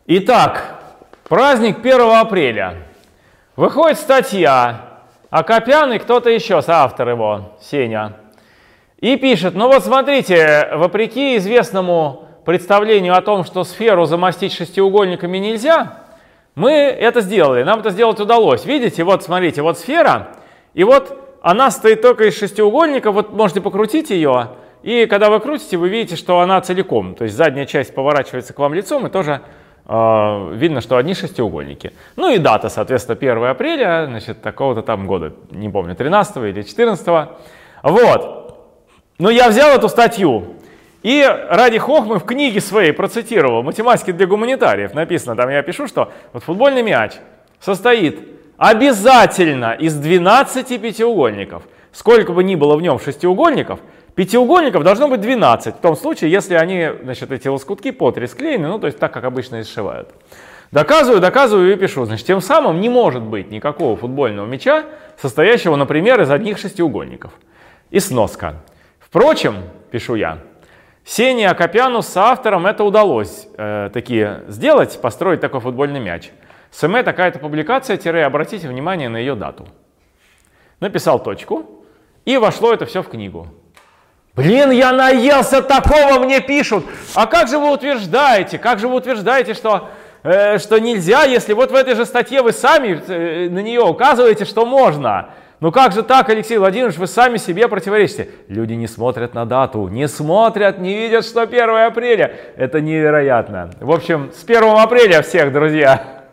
Итак, праздник 1 апреля. Выходит статья, Акопян и кто-то еще, соавтор его, Сеня. И пишет, ну вот смотрите, вопреки известному представлению о том, что сферу замостить шестиугольниками нельзя, мы это сделали, нам это сделать удалось. Видите, вот смотрите, вот сфера, и вот она стоит только из шестиугольников, вот можете покрутить ее, и когда вы крутите, вы видите, что она целиком, то есть задняя часть поворачивается к вам лицом, и тоже видно, что одни шестиугольники. Ну и дата, соответственно, 1 апреля, значит, такого-то там года, не помню, 13 или 14. Вот. Но я взял эту статью и ради хохмы в книге своей процитировал, «Математики для гуманитариев». Написано, там я пишу, что вот футбольный мяч состоит обязательно из 12 пятиугольников. Сколько бы ни было в нем шестиугольников, пятиугольников должно быть 12, в том случае, если они, значит, эти лоскутки по 3 склеены, ну, то есть так, как обычно и сшивают. Доказываю и пишу. Значит, тем самым не может быть никакого футбольного мяча, состоящего, например, из одних шестиугольников. И сноска. Впрочем, пишу я, Сене Акопяну с автором это удалось такие сделать, построить такой футбольный мяч. СМ такая-то публикация, обратите внимание на ее дату. Написал точку, и вошло это все в книгу. Блин, я наелся такого, мне пишут. А как же вы утверждаете, что нельзя, если вот в этой же статье вы сами на нее указываете, что можно? Ну как же так, Алексей Владимирович, вы сами себе противоречите. Люди не смотрят на дату, не видят, что 1 апреля. Это невероятно. В общем, с 1 апреля всех, друзья.